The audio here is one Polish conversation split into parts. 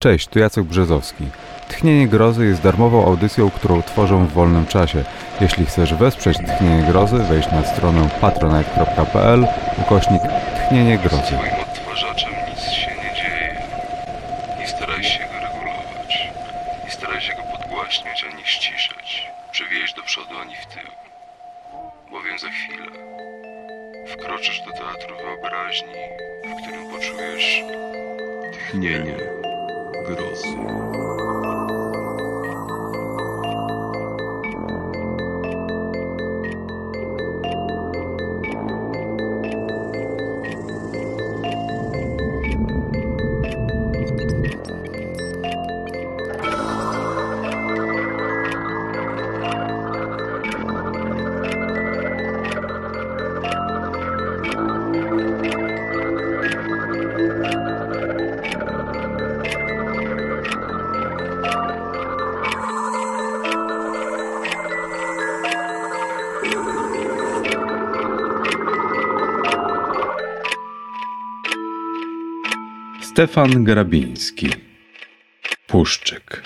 Cześć, tu Jacek Brzezowski. Tchnienie Grozy jest darmową audycją, którą tworzę w wolnym czasie. Jeśli chcesz wesprzeć Tchnienie Grozy, wejdź na stronę patronite.pl/Tchnienie Grozy. Swoim odtwarzaczem nic się nie dzieje. Nie staraj się go regulować. Nie staraj się go podgłaśniać ani ściszać. Przewieźć do przodu ani w tył. Bowiem za chwilę wkroczysz do teatru wyobraźni, w którym poczujesz tchnienie grozy. Stefan Grabiński. Puszczyk.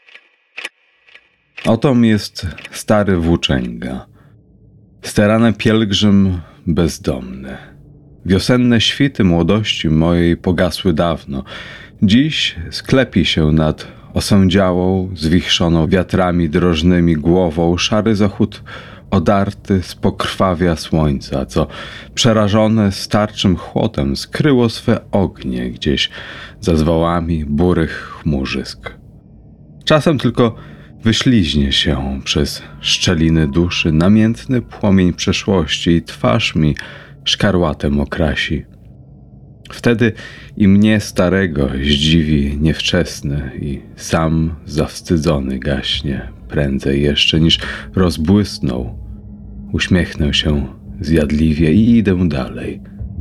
Otom jest stary włóczęga. Sterany pielgrzym bezdomny. Wiosenne świty młodości mojej pogasły dawno. Dziś sklepi się nad osędziałą, zwichrzoną wiatrami drożnymi głową szary zachód odarty z pokrwawia słońca, co przerażone starczym chłodem skryło swe ognie gdzieś za zwałami burych chmurzysk. Czasem tylko wyśliźnie się przez szczeliny duszy namiętny płomień przeszłości i twarz mi szkarłatem okrasi. Wtedy i mnie starego zdziwi niewczesny i sam zawstydzony gaśnie prędzej jeszcze niż rozbłysnął. Uśmiechnę się zjadliwie i idę dalej.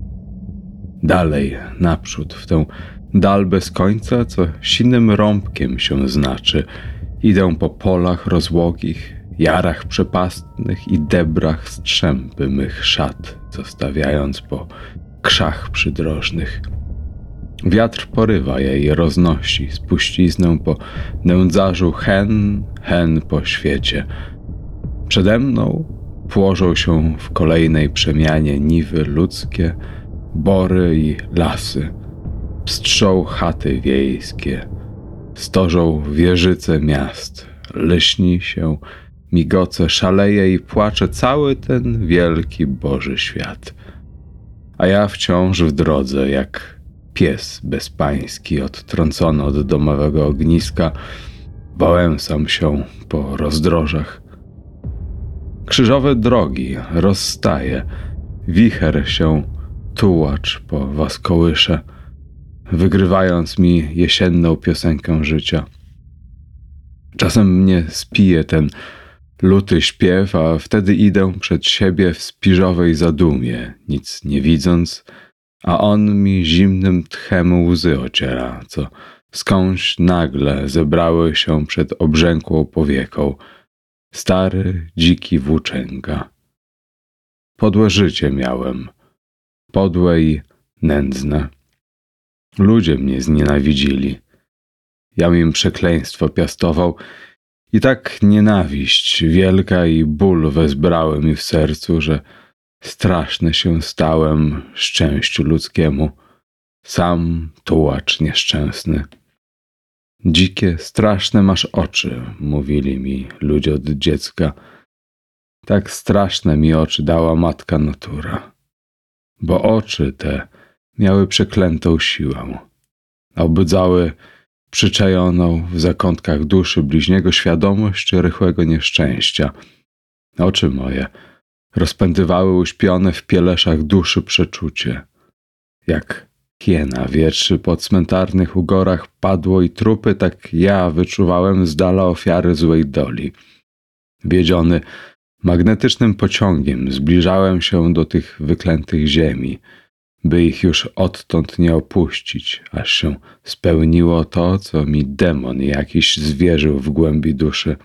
Dalej, naprzód, w tę dal bez końca, co sinym rąbkiem się znaczy. Idę po polach rozłogich, jarach przepastnych i debrach strzępy mych szat, zostawiając po krzach przydrożnych. Wiatr porywa je i roznosi spuściznę po nędzarzu hen po świecie. Przede mną płożą się w kolejnej przemianie niwy ludzkie, bory i lasy. Pstrzą chaty wiejskie, stożą wieżyce miast, lśni się, migoce, szaleje i płacze cały ten wielki Boży świat. A ja wciąż w drodze, jak pies bezpański odtrącony od domowego ogniska, wałęsam się po rozdrożach. Krzyżowe drogi rozstaje, wicher się tułacz po was kołysze, wygrywając mi jesienną piosenkę życia. Czasem mnie spije ten luty śpiew, a wtedy idę przed siebie w spiżowej zadumie, nic nie widząc, a on mi zimnym tchem łzy ociera, co skądś nagle zebrały się przed obrzękłą powieką. Stary, dziki włóczęga. Podłe życie miałem, podłe i nędzne. Ludzie mnie znienawidzili. Jam im przekleństwo piastował i tak nienawiść wielka i ból wezbrały mi w sercu, że straszny się stałem szczęściu ludzkiemu, sam tułacz nieszczęsny. Dzikie, straszne masz oczy, mówili mi ludzie od dziecka. Tak straszne mi oczy dała matka natura, bo oczy te miały przeklętą siłę. Obudzały przyczajoną w zakątkach duszy bliźniego świadomość rychłego nieszczęścia. Oczy moje rozpętywały uśpione w pieleszach duszy przeczucie. Jak hiena wietrzy po cmentarnych ugorach padło i trupy, tak ja wyczuwałem z dala ofiary złej doli. Wiedziony magnetycznym pociągiem zbliżałem się do tych wyklętych ziemi, by ich już odtąd nie opuścić, aż się spełniło to, co mi demon jakiś zwierzył w głębi duszy.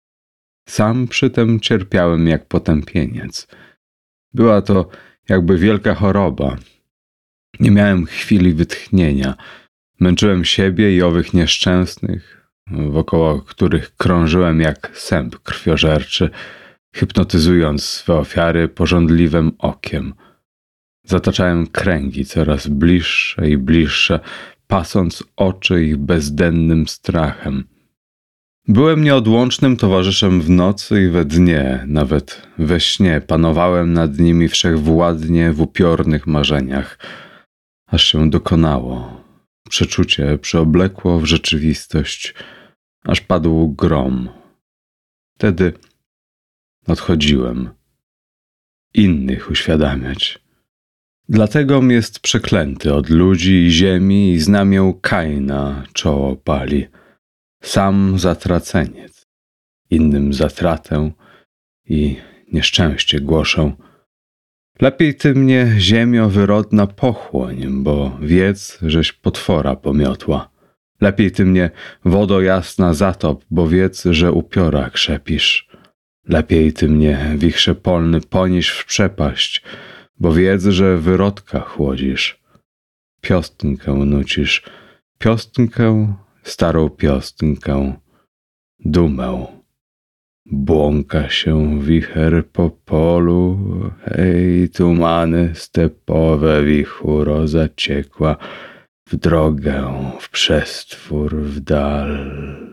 Sam przytem cierpiałem jak potępieniec. Była to jakby wielka choroba. Nie miałem chwili wytchnienia. Męczyłem siebie i owych nieszczęsnych, wokoło których krążyłem jak sęp krwiożerczy, hypnotyzując swe ofiary pożądliwym okiem. Zataczałem kręgi coraz bliższe i bliższe, pasąc oczy ich bezdennym strachem. Byłem nieodłącznym towarzyszem w nocy i we dnie, nawet we śnie panowałem nad nimi wszechwładnie w upiornych marzeniach, aż się dokonało. Przeczucie przeoblekło w rzeczywistość, aż padł grom. Wtedy odchodziłem. Innych uświadamiać. Dlategom jest przeklęty od ludzi i ziemi i znamię Kaina czoło pali. Sam zatraceniec, innym zatratę i nieszczęście głoszą. Lepiej ty mnie, ziemio wyrodna, pochłoń, bo wiedz, żeś potwora pomiotła. Lepiej ty mnie, wodo jasna, zatop, bo wiedz, że upiora krzepisz. Lepiej ty mnie, wichrze polny, ponieś w przepaść, bo wiedz, że wyrodka chłodzisz. Piostnkę nucisz, piostnkę, starą piostnkę, dumę. Błąka się wicher po polu, hej, tumany stepowe, wichuro zaciekła, w drogę, w przestwór, w dal.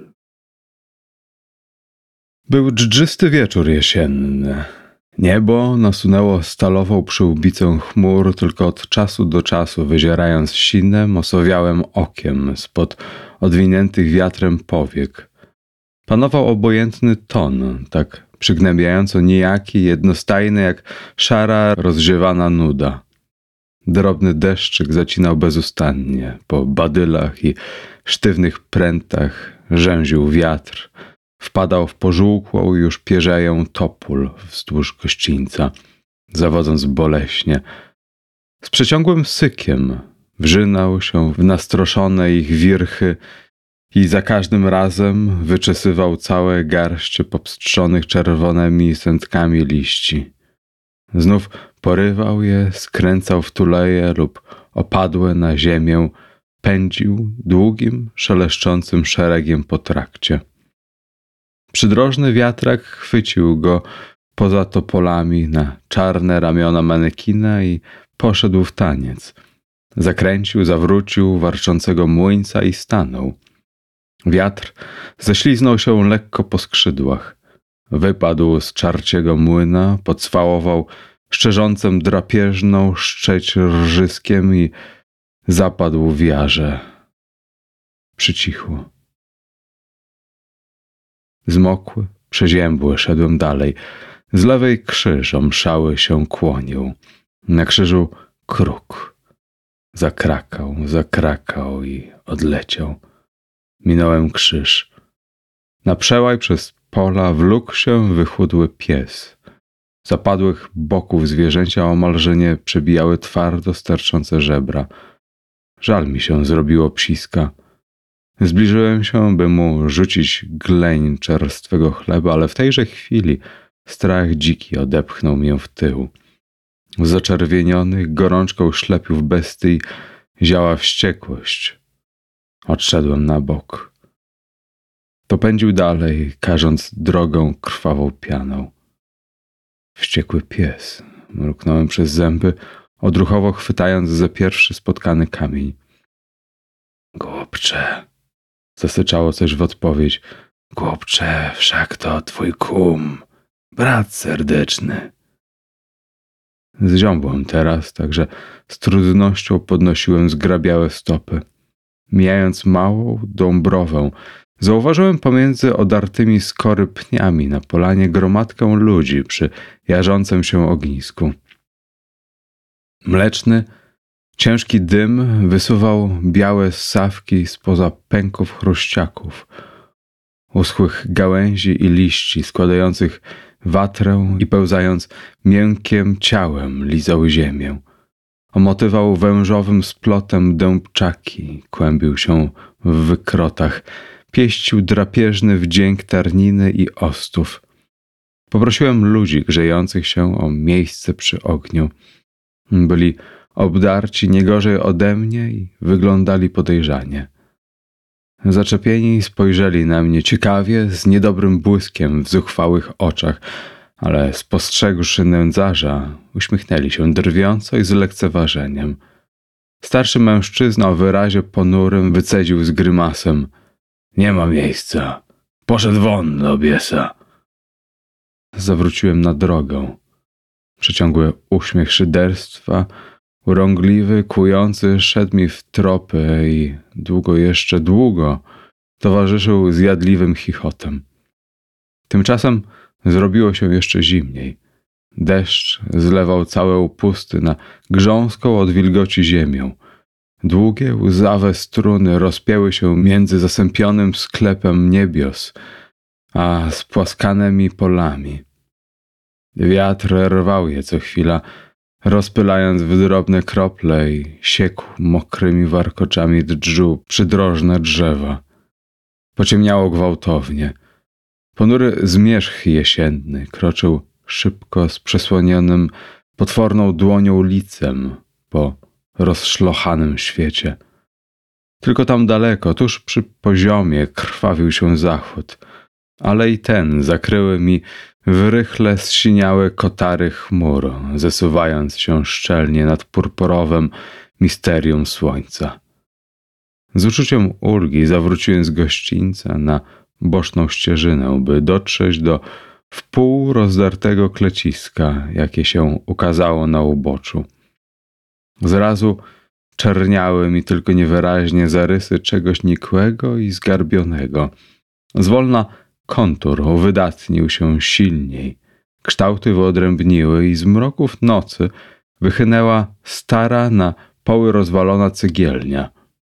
Był dżdżysty wieczór jesienny. Niebo nasunęło stalową przyłbicę chmur, tylko od czasu do czasu wyzierając sinem, osowiałem okiem spod odwiniętych wiatrem powiek. Panował obojętny ton, tak przygnębiająco nijaki, jednostajny jak szara, rozziewana nuda. Drobny deszczyk zacinał bezustannie, po badylach i sztywnych prętach rzęził wiatr. Wpadał w pożółkłą już pierzeję topól wzdłuż gościńca, zawodząc boleśnie. Z przeciągłym sykiem wrzynał się w nastroszone ich wirchy i za każdym razem wyczesywał całe garście popstrzonych czerwonymi sętkami liści. Znów porywał je, skręcał w tuleje lub opadłe na ziemię, pędził długim, szeleszczącym szeregiem po trakcie. Przydrożny wiatrak chwycił go poza topolami na czarne ramiona manekina i poszedł w taniec. Zakręcił, zawrócił warczącego młyńca i stanął. Wiatr ześliznął się lekko po skrzydłach. Wypadł z czarciego młyna, pocwałował szczerzącym drapieżną szczeć rżyskiem i zapadł w jarze. Przycichło. Zmokły, przeziębły szedłem dalej. Z lewej krzyż omszały się kłonił. Na krzyżu kruk. Zakrakał i odleciał. Minąłem krzyż. Na przełaj przez pola wlókł się wychudły pies. Zapadłych boków zwierzęcia omalże nie przebijały twardo sterczące żebra. Żal mi się zrobiło psiska. Zbliżyłem się, by mu rzucić gleń czerstwego chleba, ale w tejże chwili strach dziki odepchnął mnie w tył. W zaczerwienionych gorączką ślepiów bestii ziała wściekłość. Odszedłem na bok. Popędził dalej, karząc drogą krwawą pianą. Wściekły pies. Mruknąłem przez zęby, odruchowo chwytając za pierwszy spotkany kamień. Głupcze. Zasyczało coś w odpowiedź. Głupcze, wszak to twój kum, brat serdeczny. Zziąbłem teraz, także z trudnością podnosiłem zgrabiałe stopy. Mijając małą dąbrowę, zauważyłem pomiędzy odartymi z kory pniami na polanie gromadkę ludzi przy jarzącym się ognisku. Mleczny, ciężki dym wysuwał białe ssawki spoza pęków chruściaków, uschłych gałęzi i liści składających watrę i pełzając miękkiem ciałem lizał ziemię. Omotywał wężowym splotem dębczaki, kłębił się w wykrotach, pieścił drapieżny wdzięk tarniny i ostów. Poprosiłem ludzi grzejących się o miejsce przy ogniu. Byli obdarci nie gorzej ode mnie i wyglądali podejrzanie. Zaczepieni spojrzeli na mnie ciekawie, z niedobrym błyskiem w zuchwałych oczach, ale spostrzegłszy nędzarza, uśmiechnęli się drwiąco i z lekceważeniem. Starszy mężczyzna o wyrazie ponurym wycedził z grymasem: nie ma miejsca. Poszedł won do biesa. Zawróciłem na drogę. Przeciągły uśmiech szyderstwa, urągliwy, kłujący, szedł mi w tropy i jeszcze długo towarzyszył zjadliwym chichotem. Tymczasem zrobiło się jeszcze zimniej. Deszcz zlewał całe upusty na grząską od wilgoci ziemię. Długie, łzawe struny rozpięły się między zasępionym sklepem niebios, a spłaskanymi polami. Wiatr rwał je co chwila, rozpylając w drobne krople i siekł mokrymi warkoczami dżdżu przydrożne drzewa. Pociemniało gwałtownie. Ponury zmierzch jesienny kroczył szybko z przesłonionym potworną dłonią licem po rozszlochanym świecie. Tylko tam daleko, tuż przy poziomie, krwawił się zachód, ale i ten zakryły mi wyrychle zsiniałe kotary chmur, zesuwając się szczelnie nad purpurowym misterium słońca. Z uczuciem ulgi zawróciłem z gościńca na boczną ścieżynę, by dotrzeć do wpół rozdartego kleciska, jakie się ukazało na uboczu. Zrazu czerniały mi tylko niewyraźnie zarysy czegoś nikłego i zgarbionego. Zwolna kontur uwydatnił się silniej. Kształty wyodrębniły i z mroków nocy wychynęła stara, na poły rozwalona cegielnia.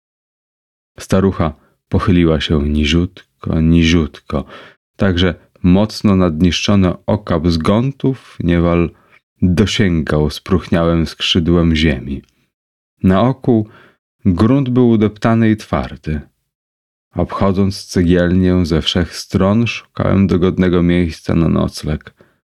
Starucha pochyliła się niziutko, tak że mocno nadniszczony okap zgątów niewal dosięgał spróchniałym skrzydłem ziemi. Na oku grunt był udeptany i twardy. Obchodząc cegielnię ze wszech stron, szukałem dogodnego miejsca na nocleg.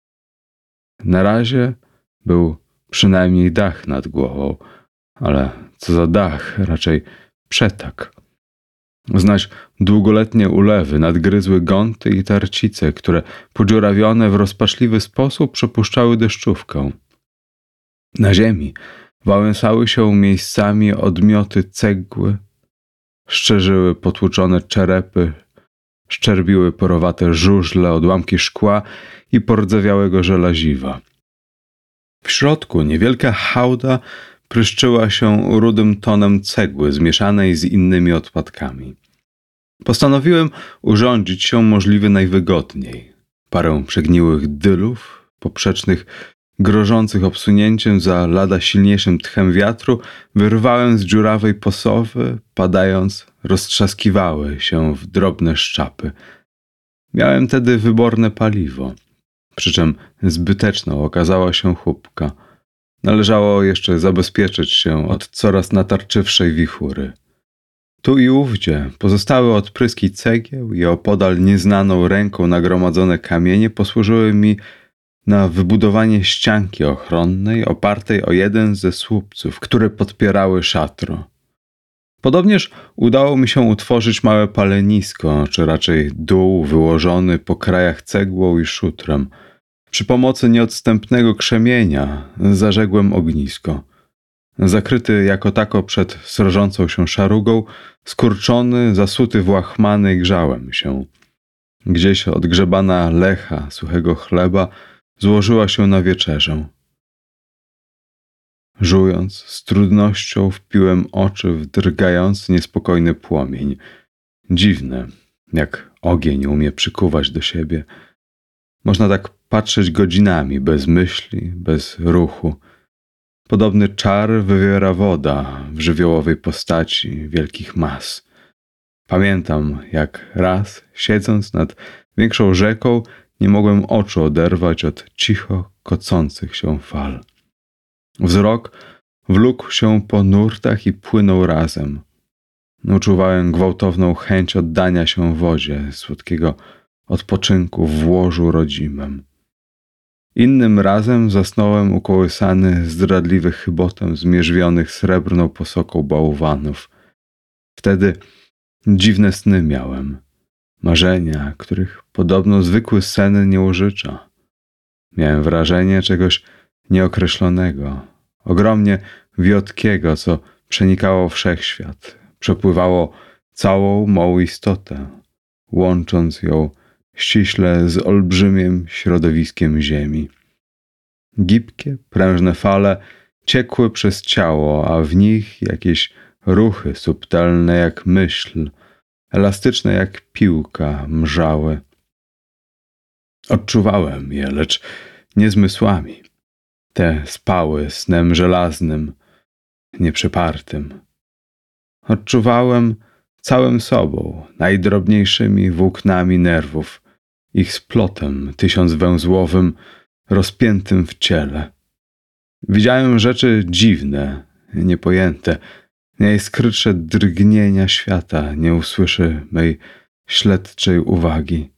Na razie był przynajmniej dach nad głową, ale co za dach, raczej przetak. Znać długoletnie ulewy nadgryzły gąty i tarcice, które podziurawione w rozpaczliwy sposób przepuszczały deszczówkę. Na ziemi wałęsały się miejscami odmioty cegły, szczerzyły potłuczone czerepy, szczerbiły porowate żużle, odłamki szkła i pordzewiałego żelaziwa. W środku niewielka hałda pryszczyła się rudym tonem cegły zmieszanej z innymi odpadkami. Postanowiłem urządzić się możliwie najwygodniej. Parę przegniłych dylów, poprzecznych, grożących obsunięciem za lada silniejszym tchem wiatru, wyrwałem z dziurawej posowy, padając, roztrzaskiwały się w drobne szczapy. Miałem tedy wyborne paliwo, przy czym zbyteczną okazała się chłupka. Należało jeszcze zabezpieczyć się od coraz natarczywszej wichury. Tu i ówdzie pozostałe odpryski cegieł i opodal nieznaną ręką nagromadzone kamienie posłużyły mi na wybudowanie ścianki ochronnej opartej o jeden ze słupców, które podpierały szatro. Podobnież udało mi się utworzyć małe palenisko, czy raczej dół wyłożony po krajach cegłą i szutrem. Przy pomocy nieodstępnego krzemienia zażegłem ognisko. Zakryty jako tako przed srożącą się szarugą, skurczony, zasuty w łachmany, grzałem się. Gdzieś odgrzebana lecha suchego chleba złożyła się na wieczerzę. Żując, z trudnością wpiłem oczy w drgający, niespokojny płomień. Dziwne, jak ogień umie przykuwać do siebie. Można tak patrzeć godzinami, bez myśli, bez ruchu. Podobny czar wywiera woda w żywiołowej postaci wielkich mas. Pamiętam, jak raz, siedząc nad większą rzeką, nie mogłem oczu oderwać od cicho kocących się fal. Wzrok wlókł się po nurtach i płynął razem. Uczuwałem gwałtowną chęć oddania się wodzie, słodkiego odpoczynku w łożu rodzimem. Innym razem zasnąłem ukołysany zdradliwy chybotem zmierzwionych srebrną posoką bałwanów. Wtedy dziwne sny miałem, marzenia, których podobno zwykły sen nie użycza. Miałem wrażenie czegoś nieokreślonego, ogromnie wiotkiego, co przenikało wszechświat, przepływało całą mą istotę, łącząc ją ściśle z olbrzymim środowiskiem ziemi. Gibkie, prężne fale ciekły przez ciało, a w nich jakieś ruchy subtelne jak myśl, elastyczne jak piłka, mrzały. Odczuwałem je, lecz nie zmysłami. Te spały snem żelaznym, nieprzepartym. Odczuwałem całym sobą, najdrobniejszymi włóknami nerwów, ich splotem tysiącwęzłowym, rozpiętym w ciele. Widziałem rzeczy dziwne, niepojęte. Najskrytsze drgnienia świata nie usłyszy mej śledczej uwagi.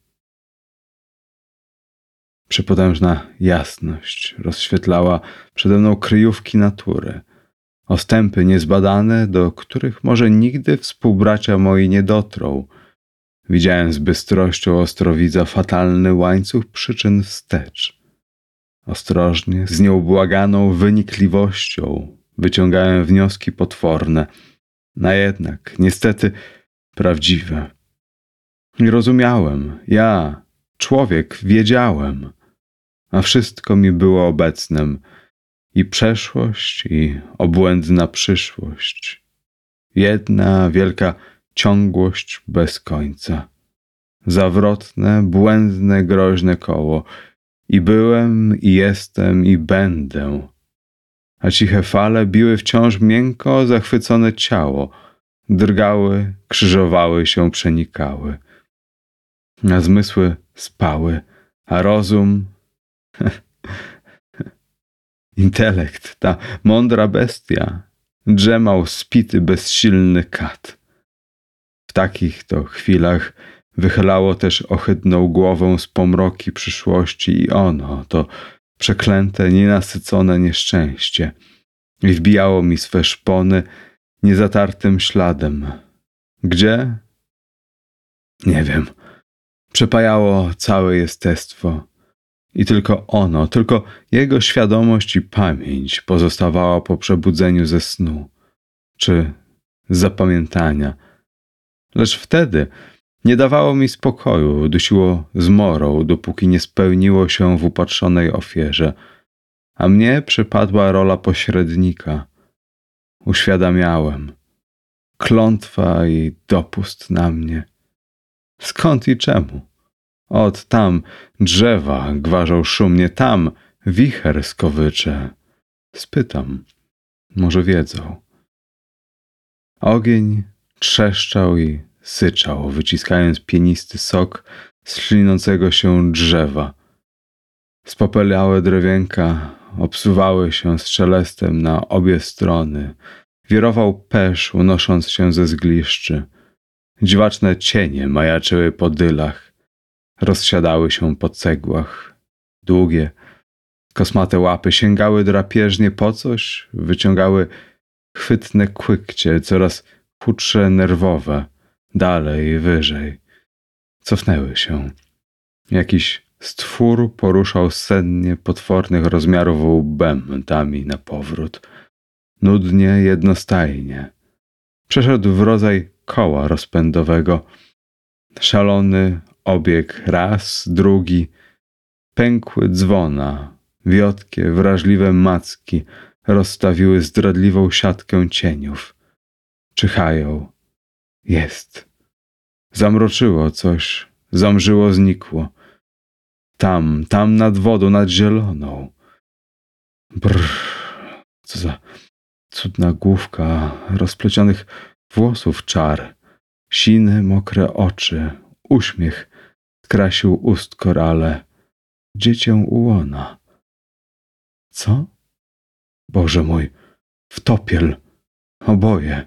Przepotężna jasność rozświetlała przede mną kryjówki natury, ostępy niezbadane, do których może nigdy współbracia moi nie dotrą. Widziałem z bystrością ostrowidza fatalny łańcuch przyczyn wstecz. Ostrożnie, z nieubłaganą wynikliwością wyciągałem wnioski potworne, a jednak, niestety, prawdziwe. I rozumiałem, ja, człowiek, wiedziałem, a wszystko mi było obecnem, i przeszłość, i obłędna przyszłość. Jedna wielka ciągłość bez końca. Zawrotne, błędne, groźne koło. I byłem, i jestem, i będę. A ciche fale biły wciąż miękko zachwycone ciało. Drgały, krzyżowały się, przenikały. A zmysły spały, a rozum... Intelekt, ta mądra bestia, drzemał spity, bezsilny kat. W takich to chwilach wychylało też ohydną głowę z pomroki przyszłości i ono, to przeklęte, nienasycone nieszczęście, i wbijało mi swe szpony niezatartym śladem. Gdzie? Nie wiem. Przepajało całe jestestwo. I tylko ono, tylko jego świadomość i pamięć pozostawała po przebudzeniu ze snu, czy z zapamiętania. Lecz wtedy nie dawało mi spokoju, dusiło zmorą, dopóki nie spełniło się w upatrzonej ofierze, a mnie przypadła rola pośrednika. Uświadamiałem. Klątwa i dopust na mnie. Skąd i czemu? Ot tam drzewa gwarzą szumnie, tam wicher skowycze. Spytam, może wiedzą. Ogień trzeszczał i syczał, wyciskając pienisty sok z ślinącego się drzewa. Spopeliałe drewienka obsuwały się z szelestem na obie strony. Wirował pesz, unosząc się ze zgliszczy. Dziwaczne cienie majaczyły po dylach. Rozsiadały się po cegłach. Długie, kosmate łapy sięgały drapieżnie po coś, wyciągały chwytne kłykcie, coraz chudsze nerwowe, dalej, wyżej. Cofnęły się. Jakiś stwór poruszał sennie potwornych rozmiarów łbem tam i na powrót. Nudnie, jednostajnie. Przeszedł w rodzaj koła rozpędowego. Szalony obieg raz, drugi. Pękły dzwona, wiotkie, wrażliwe macki rozstawiły zdradliwą siatkę cieniów. Czyhają. Jest. Zamroczyło coś, zamrzyło, znikło. Tam nad wodą, nad zieloną. Brrr, co za cudna główka rozplecionych włosów czar. Sine, mokre oczy, uśmiech skrasił ust korale. Dziecię u łona. Co? Boże mój, wtopiel, oboje.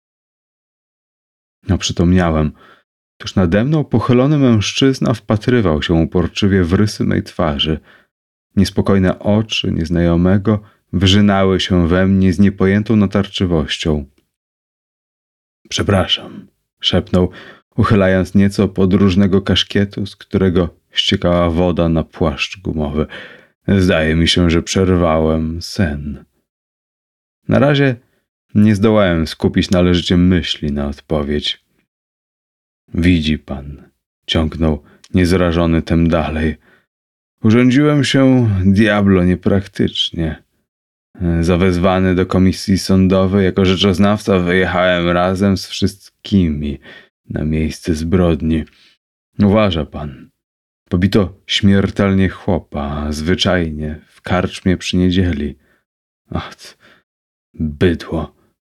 Oprzytomniałem. Tuż nade mną pochylony mężczyzna wpatrywał się uporczywie w rysy mej twarzy. Niespokojne oczy nieznajomego wrzynały się we mnie z niepojętą natarczywością. Przepraszam, szepnął, uchylając nieco podróżnego kaszkietu, z którego ściekała woda na płaszcz gumowy. Zdaje mi się, że przerwałem sen. Na razie nie zdołałem skupić należycie myśli na odpowiedź. Widzi pan, ciągnął niezrażony tem dalej. Urządziłem się diablo niepraktycznie. Zawezwany do komisji sądowej jako rzeczoznawca wyjechałem razem z wszystkimi na miejsce zbrodni. Uważa pan, pobito śmiertelnie chłopa, zwyczajnie, w karczmie przy niedzieli. Ach, bydło.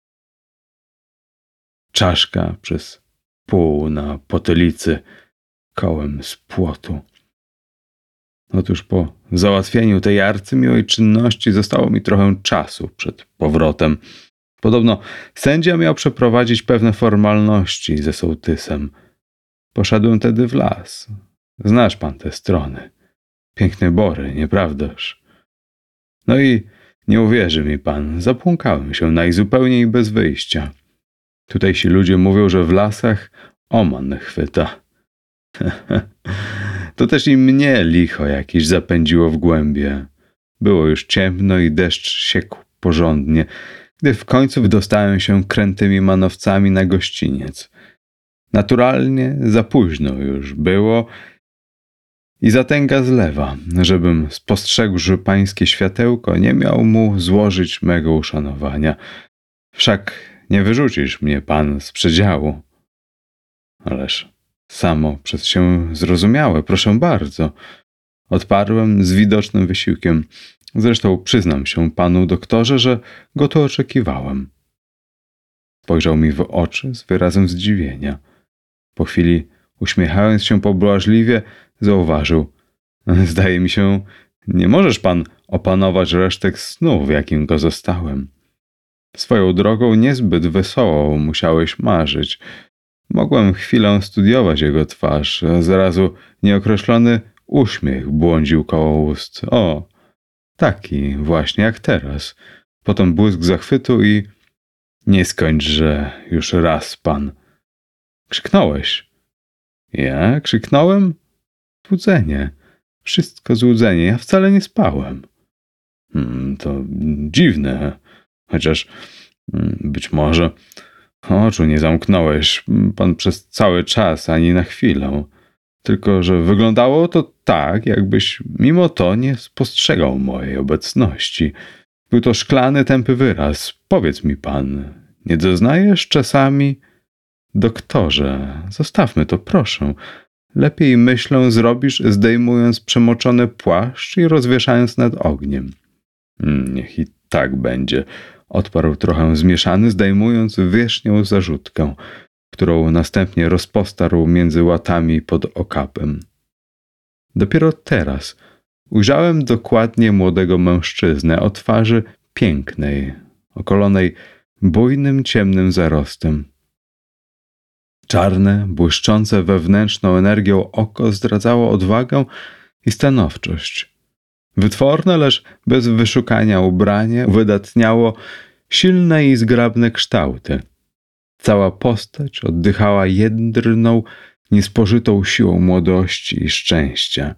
Czaszka przez pół na potylicy, kołem z płotu. Otóż po załatwieniu tej arcymiłej czynności zostało mi trochę czasu przed powrotem. Podobno sędzia miał przeprowadzić pewne formalności ze sołtysem. Poszedłem tedy w las. Znasz pan te strony. Piękne bory, nieprawdaż? No i nie uwierzy mi pan, zapłąkałem się najzupełniej bez wyjścia. Tutejsi ludzie mówią, że w lasach oman chwyta. To też i mnie licho jakieś zapędziło w głębie. Było już ciemno i deszcz siekł porządnie, gdy w końcu wydostałem się krętymi manowcami na gościniec. Naturalnie za późno już było i zatęga z lewa, żebym spostrzegłszy pańskie światełko, nie miał mu złożyć mego uszanowania. Wszak nie wyrzucisz mnie pan z przedziału. Ależ samo przez się zrozumiałe, proszę bardzo. Odparłem z widocznym wysiłkiem. Zresztą przyznam się panu doktorze, że go tu oczekiwałem. Spojrzał mi w oczy z wyrazem zdziwienia. Po chwili, uśmiechając się pobłażliwie, zauważył. Zdaje mi się, nie możesz pan opanować resztek snu, w jakim go zostałem. Swoją drogą niezbyt wesołą musiałeś marzyć. Mogłem chwilę studiować jego twarz, a zrazu nieokreślony uśmiech błądził koło ust. O, taki właśnie jak teraz. Potem błysk zachwytu i... Nie skończże już raz pan. Krzyknąłeś. Ja krzyknąłem? Złudzenie. Wszystko złudzenie. Ja wcale nie spałem. To dziwne. Chociaż być może oczu nie zamknąłeś pan przez cały czas, ani na chwilę. Tylko że wyglądało to tak, jakbyś mimo to nie spostrzegał mojej obecności. Był to szklany, tępy wyraz. Powiedz mi pan, nie doznajesz czasami... Doktorze, zostawmy to, proszę. Lepiej myślę zrobisz, zdejmując przemoczony płaszcz i rozwieszając nad ogniem. Niech i tak będzie, odparł trochę zmieszany, zdejmując wierzchnią zarzutkę, którą następnie rozpostarł między łatami pod okapem. Dopiero teraz ujrzałem dokładnie młodego mężczyznę o twarzy pięknej, okolonej bujnym, ciemnym zarostem. Czarne, błyszczące wewnętrzną energią oko zdradzało odwagę i stanowczość. Wytworne, lecz bez wyszukania ubranie uwydatniało silne i zgrabne kształty. Cała postać oddychała jędrną, niespożytą siłą młodości i szczęścia.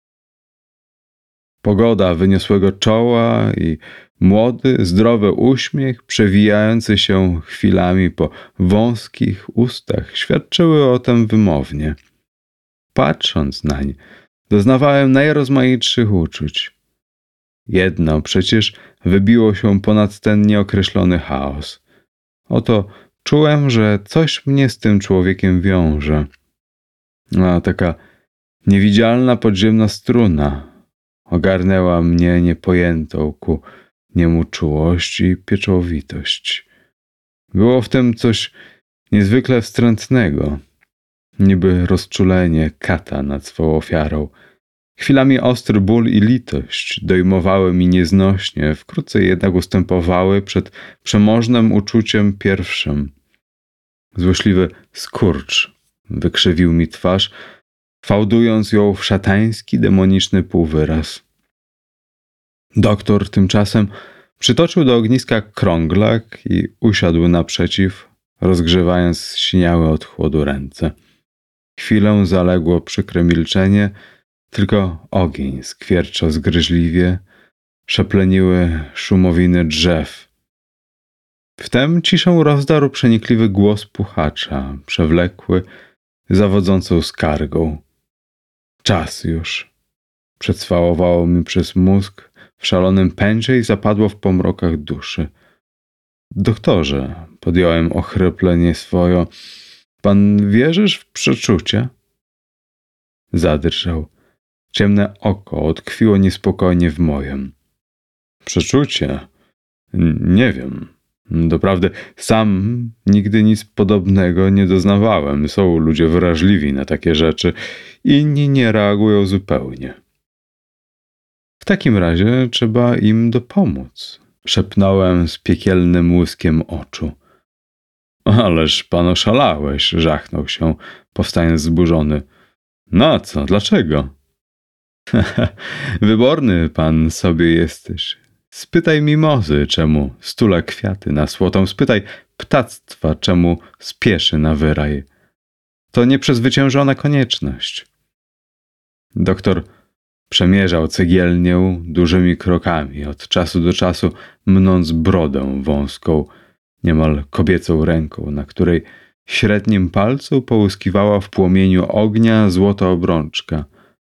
Pogoda wyniosłego czoła i młody, zdrowy uśmiech przewijający się chwilami po wąskich ustach świadczyły o tym wymownie. Patrząc nań, doznawałem najrozmaitszych uczuć. Jedno przecież wybiło się ponad ten nieokreślony chaos. Oto czułem, że coś mnie z tym człowiekiem wiąże. A taka niewidzialna podziemna struna ogarnęła mnie niepojętą ku niemu czułość i pieczołowitość. Było w tym coś niezwykle wstrętnego, niby rozczulenie kata nad swą ofiarą. Chwilami ostry ból i litość dojmowały mi nieznośnie, wkrótce jednak ustępowały przed przemożnym uczuciem pierwszym. Złośliwy skurcz wykrzywił mi twarz, fałdując ją w szatański, demoniczny półwyraz. Doktor tymczasem przytoczył do ogniska krąglak i usiadł naprzeciw, rozgrzewając zsiniałe od chłodu ręce. Chwilę zaległo przykre milczenie, tylko ogień skwierczał zgryźliwie, szepleniły szumowiny drzew. Wtem ciszę rozdarł przenikliwy głos puchacza, przewlekły, zawodzącą skargą. Czas już. Przecwałowało mi przez mózg w szalonym pędzie i zapadło w pomrokach duszy. Doktorze, podjąłem ochryple swojo, pan wierzysz w przeczucie? Zadrżał. Ciemne oko odkwiło niespokojnie w mojem. Przeczucie? Nie wiem. Doprawdy, sam nigdy nic podobnego nie doznawałem. Są ludzie wrażliwi na takie rzeczy, inni nie reagują zupełnie. W takim razie trzeba im dopomóc, szepnąłem z piekielnym łyskiem oczu. Ależ pan oszalałeś, żachnął się, powstając zburzony. No co, dlaczego? Wyborny pan sobie jesteś. Spytaj mimozy, czemu stula kwiaty na słotą. Spytaj ptactwa, czemu spieszy na wyraj. To nieprzezwyciężona konieczność. Doktor przemierzał cegielnię dużymi krokami, od czasu do czasu mnąc brodę wąską, niemal kobiecą ręką, na której średnim palcu połyskiwała w płomieniu ognia złota obrączka.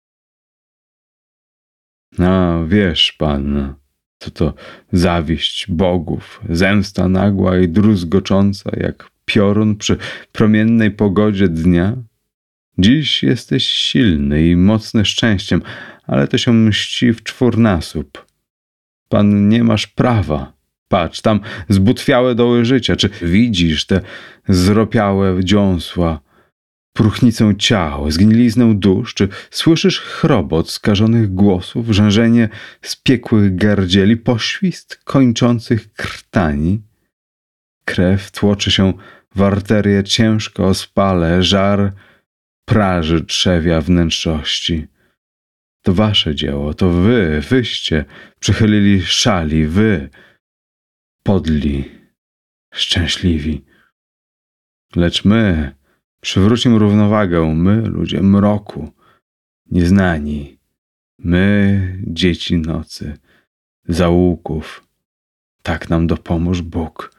A wiesz pan, co to zawiść bogów, zemsta nagła i druzgocząca jak piorun przy promiennej pogodzie dnia? Dziś jesteś silny i mocny szczęściem, ale to się mści w czwórnasób. Pan nie masz prawa. Patrz, tam zbutwiałe doły życia. Czy widzisz te zropiałe dziąsła, próchnicę ciał, zgniliznę dusz? Czy słyszysz chrobot skażonych głosów, rzężenie spiekłych gardzieli, poświst kończących krtani? Krew tłoczy się w arterie ciężko ospale, żar praży trzewia wnętrzości. To wasze dzieło, to wyście przychylili szali, wy, podli, szczęśliwi. Lecz my przywrócimy równowagę, my, ludzie mroku, nieznani, my, dzieci nocy, zaułków. Tak nam dopomóż Bóg.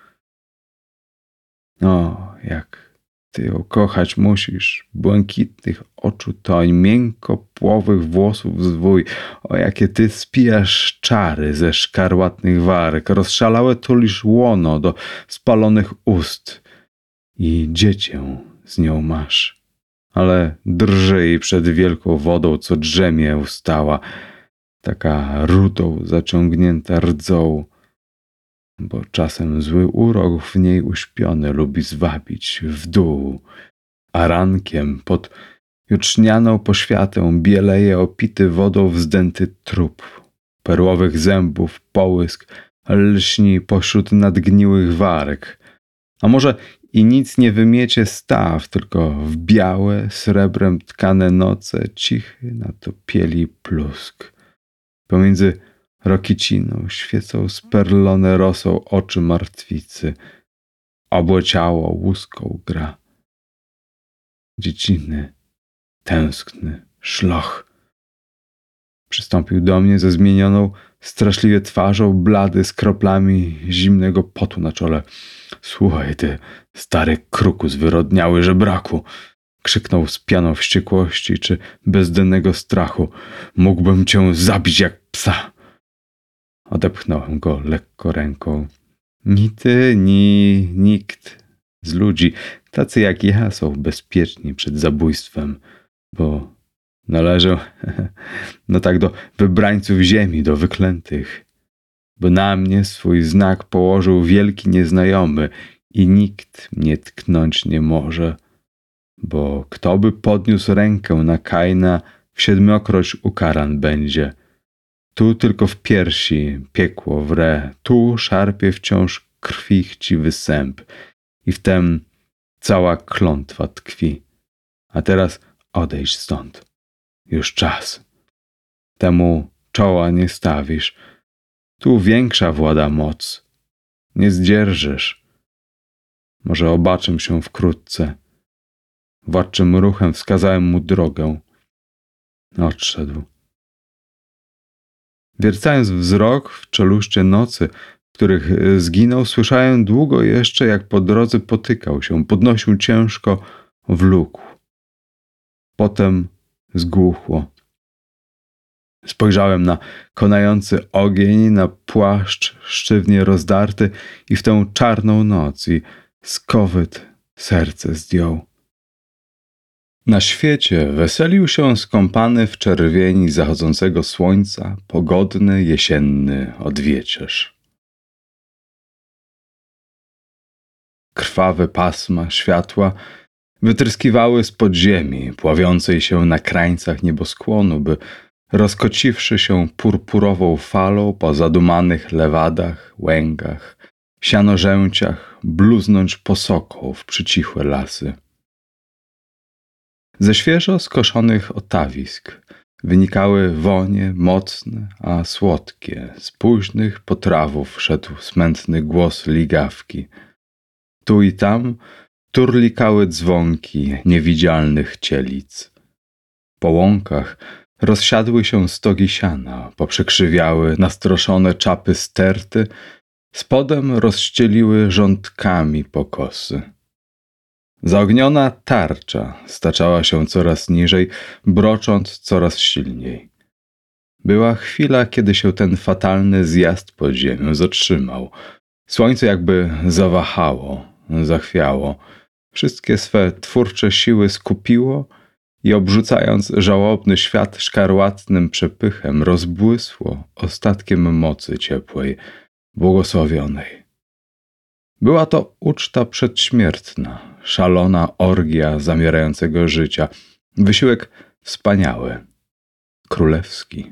O, jak ty ją kochać musisz, błękitnych oczu toń, miękkopłowych włosów zwój, o jakie ty spijasz czary ze szkarłatnych warg, rozszalałe tulisz łono do spalonych ust i dziecię z nią masz. Ale drży jej przed wielką wodą, co drzemie ustała, taka rudą zaciągnięta rdzą, bo czasem zły urok w niej uśpiony lubi zwabić w dół, a rankiem pod jucznianą poświatę bieleje opity wodą wzdęty trup, perłowych zębów połysk lśni pośród nadgniłych warg, a może i nic nie wymiecie staw, tylko w białe, srebrem tkane noce cichy natopieli plusk. Pomiędzy rokiciną świecą sperlone rosą oczy martwicy. Obłe ciało łuską gra. Dzieciny, tęskny szloch. Przystąpił do mnie ze zmienioną straszliwie twarzą, blady z kroplami zimnego potu na czole. Słuchaj, ty stary kruku zwyrodniały żebraku! Krzyknął z pianą wściekłości czy bezdennego strachu. Mógłbym cię zabić jak psa! Odepchnąłem go lekko ręką. Ni ty, ni nikt z ludzi, tacy jak ja, są bezpieczni przed zabójstwem, bo należę, no tak, do wybrańców ziemi, do wyklętych, bo na mnie swój znak położył wielki nieznajomy i nikt mnie tknąć nie może, bo kto by podniósł rękę na Kaina, w 7-kroć ukaran będzie. Tu tylko w piersi piekło wre, tu szarpie wciąż krwi chciwy sęp i wtem cała klątwa tkwi. A teraz odejdź stąd. Już czas. Temu czoła nie stawisz, Tu większa włada moc. Nie zdzierżysz. Może obaczę się wkrótce. Władczym ruchem wskazałem mu drogę. Odszedł. Wiercając wzrok w czeluście nocy, w których zginął, słyszałem długo jeszcze, jak po drodze potykał się, podnosił ciężko, wlókł. Potem zgłuchło. Spojrzałem na konający ogień, na płaszcz sztywnie rozdarty i w tę czarną noc i skowyt serce zdjął. Na świecie weselił się skąpany w czerwieni zachodzącego słońca pogodny jesienny odwieczerz. Krwawe pasma światła wytryskiwały z podziemi, pławiącej się na krańcach nieboskłonu, by rozkociwszy się purpurową falą po zadumanych lewadach, łęgach, sianorzęciach, bluznąć posoką w przycichłe lasy. Ze świeżo skoszonych otawisk wynikały wonie mocne, a słodkie. Z późnych potrawów szedł smętny głos ligawki. Tu i tam turlikały dzwonki niewidzialnych cielic. Po łąkach rozsiadły się stogi siana, poprzekrzywiały nastroszone czapy sterty, spodem rozścieliły rządkami pokosy. Zaogniona tarcza staczała się coraz niżej, brocząc coraz silniej. Była chwila, kiedy się ten fatalny zjazd pod ziemią zatrzymał. Słońce jakby zawahało, zachwiało. Wszystkie swe twórcze siły skupiło i obrzucając żałobny świat szkarłatnym przepychem, rozbłysło ostatkiem mocy ciepłej, błogosławionej. Była to uczta przedśmiertna, szalona orgia zamierającego życia, wysiłek wspaniały, królewski.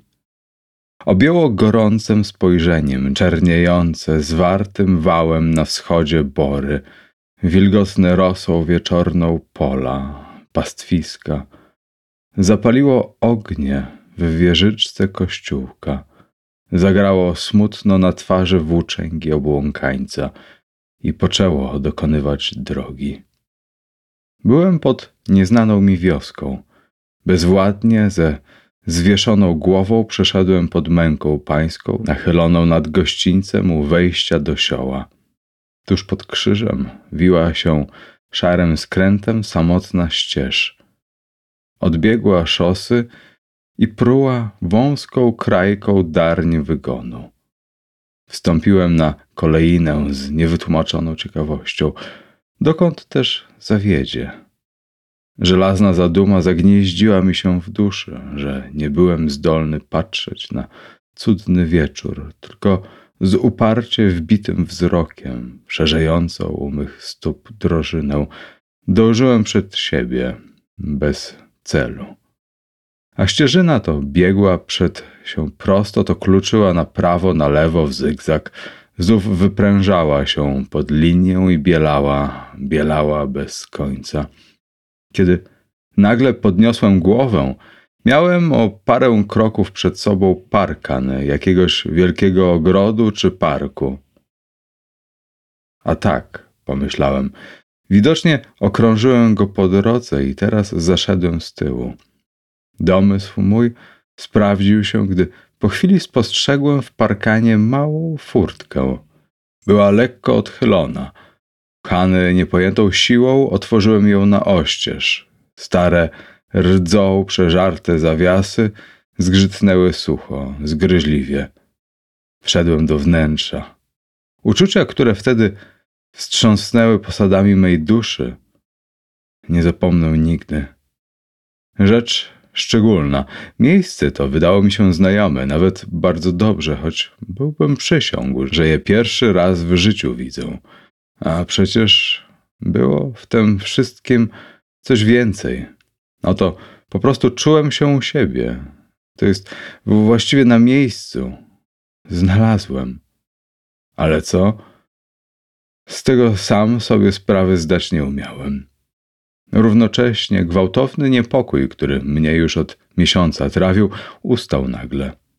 Objęło gorącym spojrzeniem czerniejące, zwartym wałem na wschodzie bory, wilgotne rosą wieczorną pola, pastwiska. Zapaliło ognie w wieżyczce kościółka. Zagrało smutno na twarzy włóczęgi obłąkańca i poczęło dokonywać drogi. Byłem pod nieznaną mi wioską. Bezwładnie ze zwieszoną głową przeszedłem pod męką pańską, nachyloną nad gościńcem u wejścia do sioła. Tuż pod krzyżem wiła się szarym skrętem samotna ścież. Odbiegła szosy i pruła wąską krajką darń wygonu. Wstąpiłem na kolejnę z niewytłumaczoną ciekawością, dokąd też zawiedzie. Żelazna zaduma zagnieździła mi się w duszy, że nie byłem zdolny patrzeć na cudny wieczór, tylko z uparcie wbitym wzrokiem, szerzejącą u mych stóp drożynę, dążyłem przed siebie bez celu. A ścieżyna to biegła przed się prosto, to kluczyła na prawo, na lewo, w zygzak, znów wyprężała się pod linię i bielała bez końca. Kiedy nagle podniosłem głowę, miałem o parę kroków przed sobą parkan jakiegoś wielkiego ogrodu czy parku. A tak, pomyślałem, widocznie okrążyłem go po drodze i teraz zaszedłem z tyłu. Domysł mój sprawdził się, gdy po chwili spostrzegłem w parkanie małą furtkę. Była lekko odchylona. Pchany niepojętą siłą otworzyłem ją na oścież. Stare, rdzą przeżarte zawiasy zgrzytnęły sucho, zgryźliwie. Wszedłem do wnętrza. Uczucia, które wtedy wstrząsnęły posadami mej duszy, nie zapomnę nigdy. Rzecz szczególna. Miejsce to wydało mi się znajome, nawet bardzo dobrze, choć byłbym przysiągł, że je pierwszy raz w życiu widzę. A przecież było w tym wszystkim coś więcej. Oto po prostu czułem się u siebie. To jest właściwie na miejscu. Znalazłem. Ale co? Z tego sam sobie sprawy zdać nie umiałem. Równocześnie gwałtowny niepokój, który mnie już od miesiąca trawił, ustał nagle.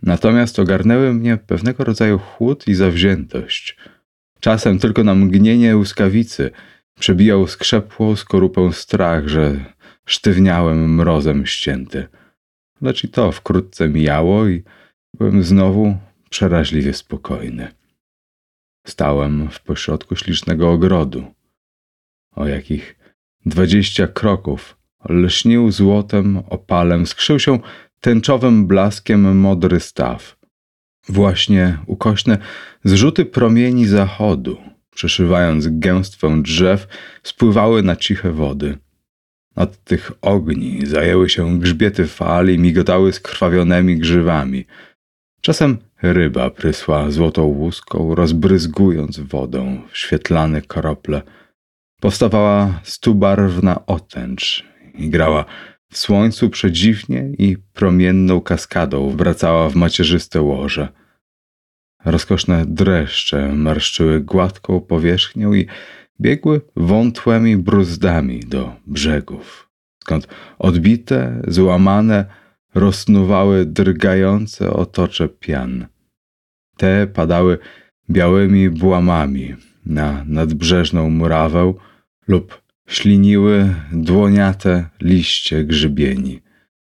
Natomiast ogarnęły mnie pewnego rodzaju chłód i zawziętość. Czasem tylko na mgnienie łyskawicy przebijał skrzepłą skorupę strach, że sztywniałem mrozem ścięty. Lecz i to wkrótce mijało i byłem znowu przeraźliwie spokojny. Stałem w pośrodku ślicznego ogrodu. O jakich 20 kroków lśnił złotem opalem, skrzył się tęczowym blaskiem modry staw. Właśnie ukośne zrzuty promieni zachodu, przeszywając gęstwę drzew, spływały na ciche wody. Od tych ogni zajęły się grzbiety fal i migotały skrwawionymi grzywami. Czasem ryba prysła złotą łuską, rozbryzgując wodą w świetlane krople. Powstawała stubarwna otęcz i grała w słońcu przedziwnie i promienną kaskadą wracała w macierzyste łoże. Rozkoszne dreszcze marszczyły gładką powierzchnią i biegły wątłymi bruzdami do brzegów, skąd odbite, złamane rozsnuwały drgające otocze pian. Te padały białymi błamami na nadbrzeżną murawę lub śliniły dłoniate liście grzybieni.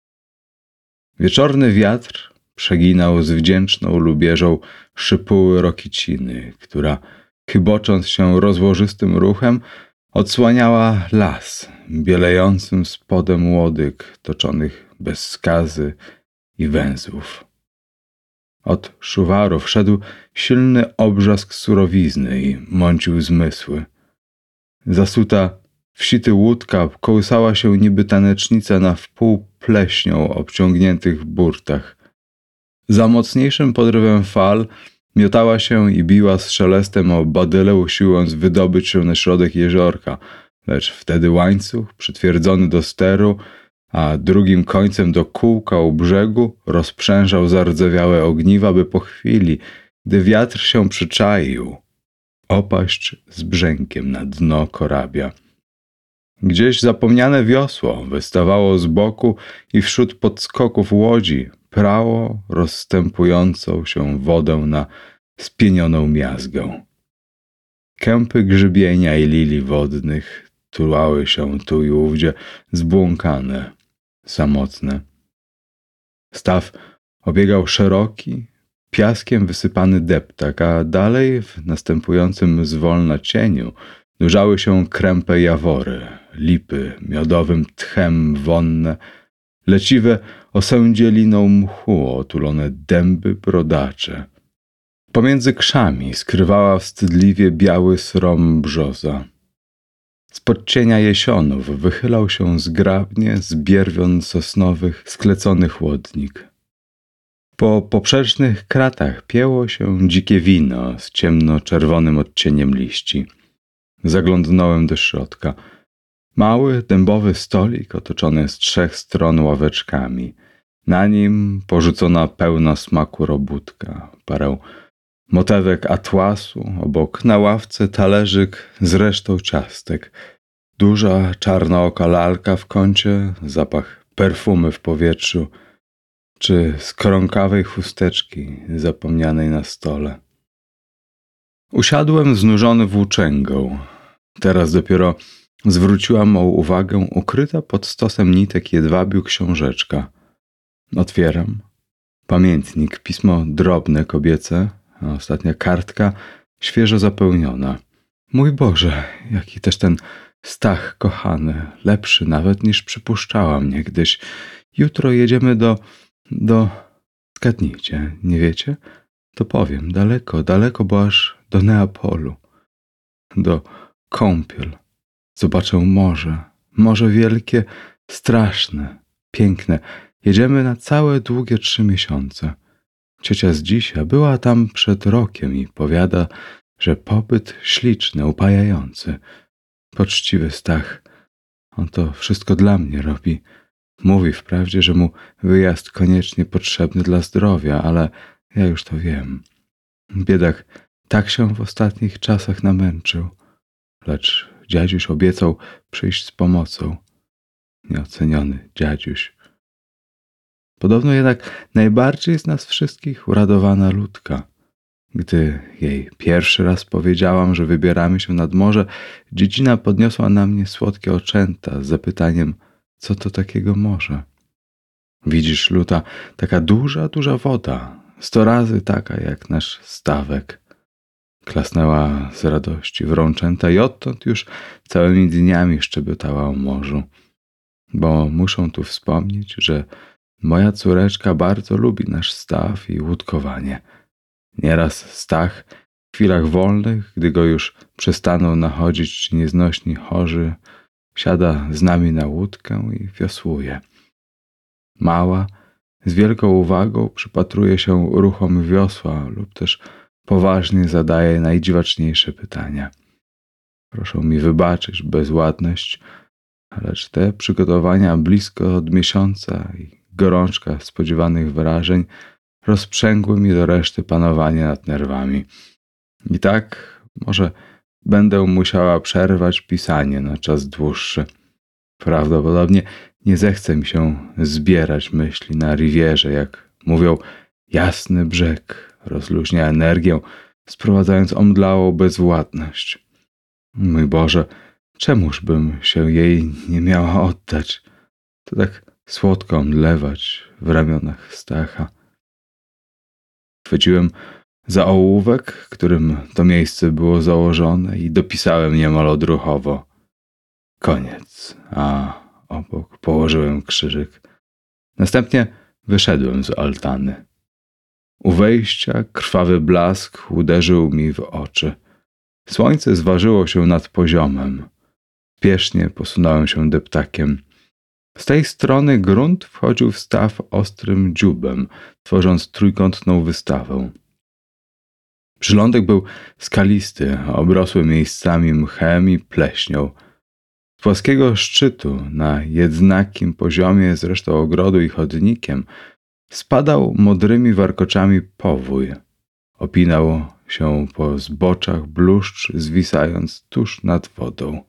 Wieczorny wiatr przeginał z wdzięczną lubieżą szypuły rokiciny, która, chybocząc się rozłożystym ruchem, odsłaniała las bielejącym spodem łodyg toczonych bez skazy i węzłów. Od szuwarów szedł silny obrzask surowizny i mącił zmysły. Zasuta w sity łódka kołysała się niby tanecznica na wpół pleśnią obciągniętych burtach. Za mocniejszym podrywem fal miotała się i biła z szelestem o badyle, usiłując wydobyć się na środek jeziorka, lecz wtedy łańcuch przytwierdzony do steru, a drugim końcem do kółka u brzegu rozprzężał zardzewiałe ogniwa, by po chwili, gdy wiatr się przyczaił, opaść z brzękiem na dno korabia. Gdzieś zapomniane wiosło wystawało z boku i wśród podskoków łodzi prało rozstępującą się wodę na spienioną miazgę. Kępy grzybienia i lilii wodnych tulały się tu i ówdzie zbłąkane, samotne. Staw obiegał szeroki, piaskiem wysypany deptak, a dalej w następującym zwolna cieniu nurzały się krępe jawory, lipy miodowym tchem wonne, leciwe osędzieliną mchu otulone dęby brodacze. Pomiędzy krzami skrywała wstydliwie biały srom brzoza. Spod cienia jesionów wychylał się zgrabnie z bierwion sosnowych sklecony chłodnik. Po poprzecznych kratach pięło się dzikie wino z ciemno-czerwonym odcieniem liści. Zaglądnąłem do środka. Mały, dębowy stolik otoczony z 3 stron ławeczkami. Na nim porzucona pełna smaku robótka, parę motewek atłasu, obok na ławce talerzyk z resztą ciastek. Duża, czarnooka lalka w kącie, zapach perfumy w powietrzu, czy skrąkawej chusteczki zapomnianej na stole. Usiadłem znużony włóczęgą. Teraz dopiero zwróciła mą uwagę ukryta pod stosem nitek jedwabiu książeczka. Otwieram. Pamiętnik, pismo drobne kobiece, a ostatnia kartka świeżo zapełniona. Mój Boże, jaki też ten Stach kochany, lepszy nawet niż przypuszczałam niegdyś. Jutro jedziemy do... Zgadnijcie, nie wiecie? To powiem, daleko, daleko, bo aż do Neapolu. Do kąpiel. Zobaczę morze. Morze wielkie, straszne, piękne. Jedziemy na całe długie 3 miesiące. Ciocia z dzisiaj była tam przed rokiem i powiada, że pobyt śliczny, upajający. Poczciwy Stach. On to wszystko dla mnie robi. Mówi wprawdzie, że mu wyjazd koniecznie potrzebny dla zdrowia, ale ja już to wiem. Biedak tak się w ostatnich czasach namęczył. Lecz dziadziuś obiecał przyjść z pomocą. Nieoceniony dziadziuś. Podobno jednak najbardziej z nas wszystkich uradowana Ludka. Gdy jej pierwszy raz powiedziałam, że wybieramy się nad morze, dziedzina podniosła na mnie słodkie oczęta z zapytaniem, co to takiego morze. Widzisz, Luta, taka duża, duża woda, 100 razy taka jak nasz stawek. Klasnęła z radości w rączęta i odtąd już całymi dniami szczebotała o morzu. Bo muszę tu wspomnieć, że moja córeczka bardzo lubi nasz staw i łódkowanie. Nieraz Stach w chwilach wolnych, gdy go już przestaną nachodzić nieznośni chorzy, siada z nami na łódkę i wiosłuje. Mała z wielką uwagą przypatruje się ruchom wiosła lub też poważnie zadaje najdziwaczniejsze pytania. Proszę mi wybaczyć bezładność, lecz te przygotowania blisko od miesiąca i gorączka spodziewanych wrażeń rozprzęgły mi do reszty panowanie nad nerwami. I tak może będę musiała przerwać pisanie na czas dłuższy. Prawdopodobnie nie zechce mi się zbierać myśli na rivierze, jak mówią, jasny brzeg rozluźnia energię, sprowadzając omdlałą bezwładność. Mój Boże, czemuż bym się jej nie miała oddać? To tak słodko omdlewać w ramionach Stacha. Chwyciłem za ołówek, którym to miejsce było założone i dopisałem niemal odruchowo. Koniec, a obok położyłem krzyżyk. Następnie wyszedłem z altany. U wejścia krwawy blask uderzył mi w oczy. Słońce zważyło się nad poziomem. Spiesznie posunąłem się deptakiem. Z tej strony grunt wchodził w staw ostrym dziubem, tworząc trójkątną wystawę. Przylądek był skalisty, obrosły miejscami mchem i pleśnią. Z płaskiego szczytu, na jednakim poziomie z resztą ogrodu i chodnikiem, spadał modrymi warkoczami powój. Opinał się po zboczach bluszcz, zwisając tuż nad wodą.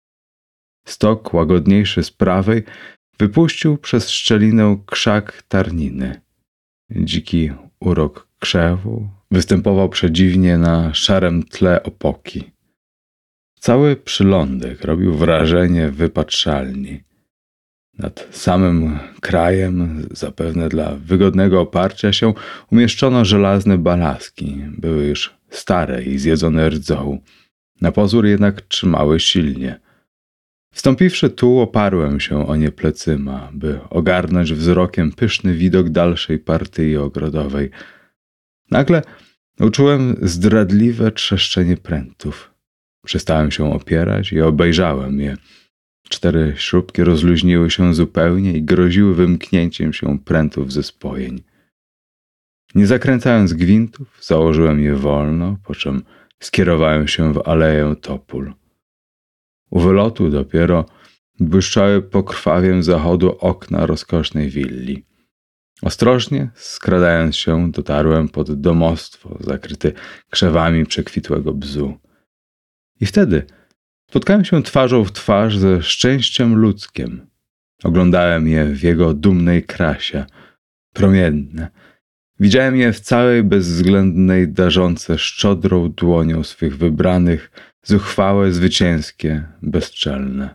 Stok, łagodniejszy z prawej, wypuścił przez szczelinę krzak tarniny. Dziki urok krzewu występował przedziwnie na szarym tle opoki. Cały przylądek robił wrażenie wypatrzalni. Nad samym krajem, zapewne dla wygodnego oparcia się, umieszczono żelazne balaski. Były już stare i zjedzone rdzą. Na pozór jednak trzymały silnie. Wstąpiwszy tu, oparłem się o nie plecyma, by ogarnąć wzrokiem pyszny widok dalszej partii ogrodowej. Nagle uczułem zdradliwe trzeszczenie prętów. Przestałem się opierać i obejrzałem je. 4 śrubki rozluźniły się zupełnie i groziły wymknięciem się prętów ze spojeń. Nie zakręcając gwintów, założyłem je wolno, po czym skierowałem się w aleję Topól. U wylotu dopiero błyszczały pokrwawiem zachodu okna rozkosznej willi. Ostrożnie, skradając się, dotarłem pod domostwo zakryte krzewami przekwitłego bzu. I wtedy spotkałem się twarzą w twarz ze szczęściem ludzkiem. Oglądałem je w jego dumnej krasie, promienne. Widziałem je w całej bezwzględnej, darzące szczodrą dłonią swych wybranych, zuchwałe, zwycięskie, bezczelne.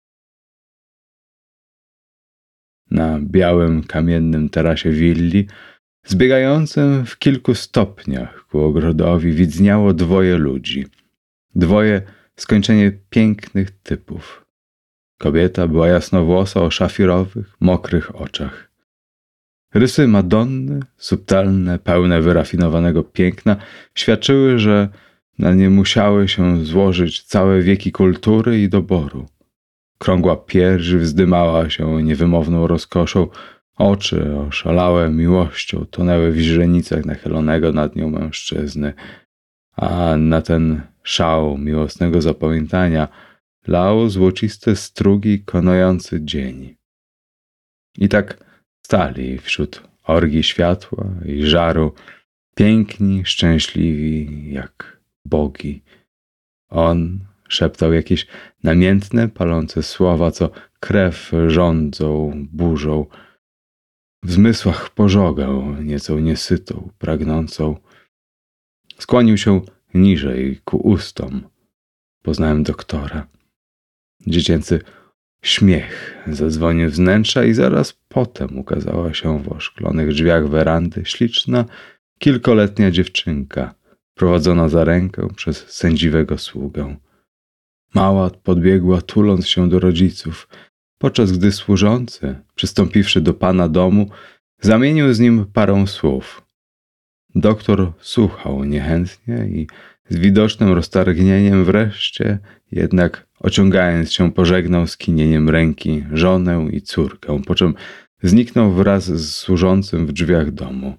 Na białym, kamiennym tarasie willi, zbiegającym w kilku stopniach ku ogrodowi, widniało 2 ludzi. 2 skończenie pięknych typów. Kobieta była jasnowłosa o szafirowych, mokrych oczach. Rysy Madonny, subtelne, pełne wyrafinowanego piękna, świadczyły, że na nie musiały się złożyć całe wieki kultury i doboru. Krągła pierś wzdymała się niewymowną rozkoszą, oczy oszalałe miłością tonęły w źrenicach nachylonego nad nią mężczyzny, a na ten szał miłosnego zapamiętania lał złociste strugi konujący dzień. I tak stali wśród orgii światła i żaru, piękni, szczęśliwi jak bogi. On szeptał jakieś namiętne, palące słowa, co krew rządzą burzą. w zmysłach pożogę, nieco niesytą, pragnącą. Skłonił się niżej ku ustom. Poznałem doktora. Dziecięcy śmiech zadzwonił z wnętrza i zaraz potem ukazała się w oszklonych drzwiach werandy śliczna, kilkoletnia dziewczynka, prowadzona za rękę przez sędziwego sługę. Mała podbiegła, tuląc się do rodziców, podczas gdy służący, przystąpiwszy do pana domu, zamienił z nim parę słów. Doktor słuchał niechętnie i z widocznym roztargnieniem, wreszcie jednak ociągając się, pożegnał skinieniem ręki żonę i córkę, po czym zniknął wraz z służącym w drzwiach domu.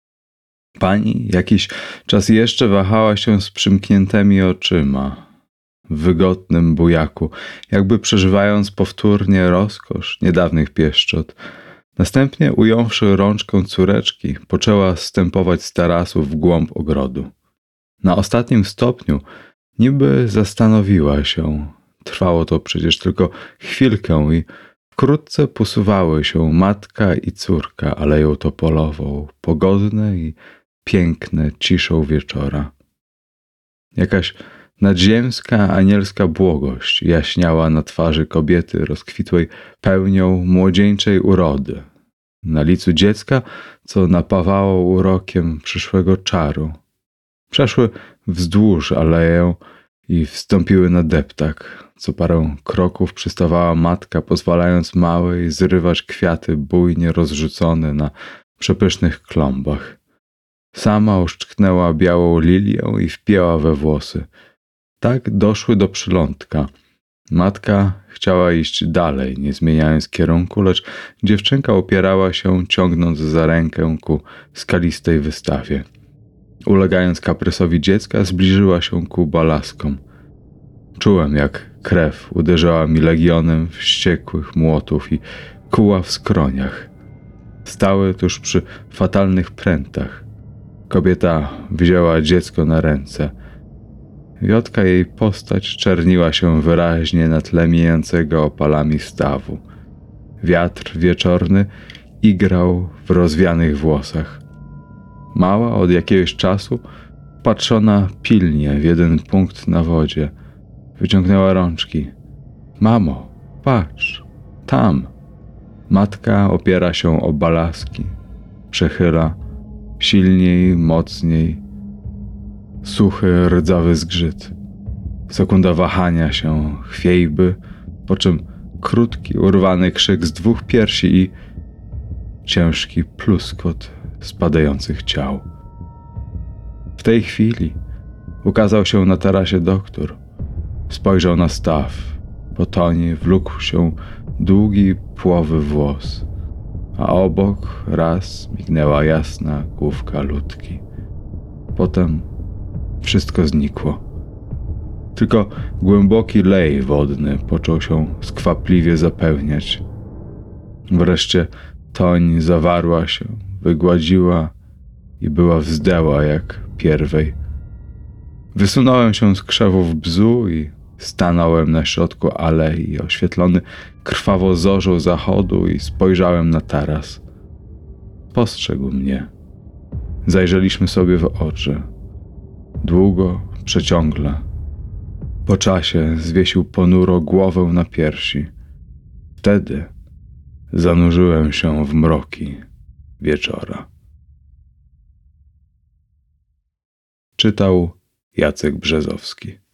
Pani jakiś czas jeszcze wahała się z przymkniętymi oczyma w wygodnym bujaku, jakby przeżywając powtórnie rozkosz niedawnych pieszczot. Następnie, ująwszy rączkę córeczki, poczęła stępować z tarasu w głąb ogrodu. Na ostatnim stopniu niby zastanowiła się. Trwało to przecież tylko chwilkę i wkrótce posuwały się matka i córka aleją topolową, pogodne i piękne ciszą wieczora. Jakaś nadziemska, anielska błogość jaśniała na twarzy kobiety rozkwitłej pełnią młodzieńczej urody, na licu dziecka, co napawało urokiem przyszłego czaru. Przeszły wzdłuż aleję i wstąpiły na deptak. Co parę kroków przystawała matka, pozwalając małej zrywać kwiaty bujnie rozrzucone na przepysznych klombach. Sama uszczknęła białą lilię i wpięła we włosy. Tak doszły do przylądka. Matka chciała iść dalej, nie zmieniając kierunku, lecz dziewczynka opierała się, ciągnąc za rękę ku skalistej wystawie. Ulegając kaprysowi dziecka, zbliżyła się ku balaskom. Czułem, jak krew uderzała mi legionem wściekłych młotów i kuła w skroniach. Stały tuż przy fatalnych prętach. Kobieta wzięła dziecko na ręce. Wiotka jej postać czerniła się wyraźnie na tle mijającego opalami stawu. Wiatr wieczorny igrał w rozwianych włosach. Mała od jakiegoś czasu, patrzona pilnie w jeden punkt na wodzie, wyciągnęła rączki. Mamo, patrz, tam. Matka opiera się o balaski, przechyla, silniej, mocniej. Suchy, rdzawy zgrzyt. Sekunda wahania się, chwiejby, po czym krótki, urwany krzyk z dwóch piersi i ciężki pluskot spadających ciał. W tej chwili ukazał się na tarasie doktor. Spojrzał na staw. Po tonie wlókł się długi, płowy włos, a obok raz mignęła jasna główka ludki. Potem wszystko znikło. Tylko głęboki lej wodny począł się skwapliwie zapełniać. Wreszcie toń zawarła się, wygładziła i była wzdęła jak pierwej. Wysunąłem się z krzewów bzu i stanąłem na środku alei, oświetlony krwawo zorzą zachodu, i spojrzałem na taras. Postrzegł mnie. Zajrzeliśmy sobie w oczy. Długo, przeciągle. Po czasie zwiesił ponuro głowę na piersi. Wtedy zanurzyłem się w mroki wieczora. Czytał Jacek Brzezowski.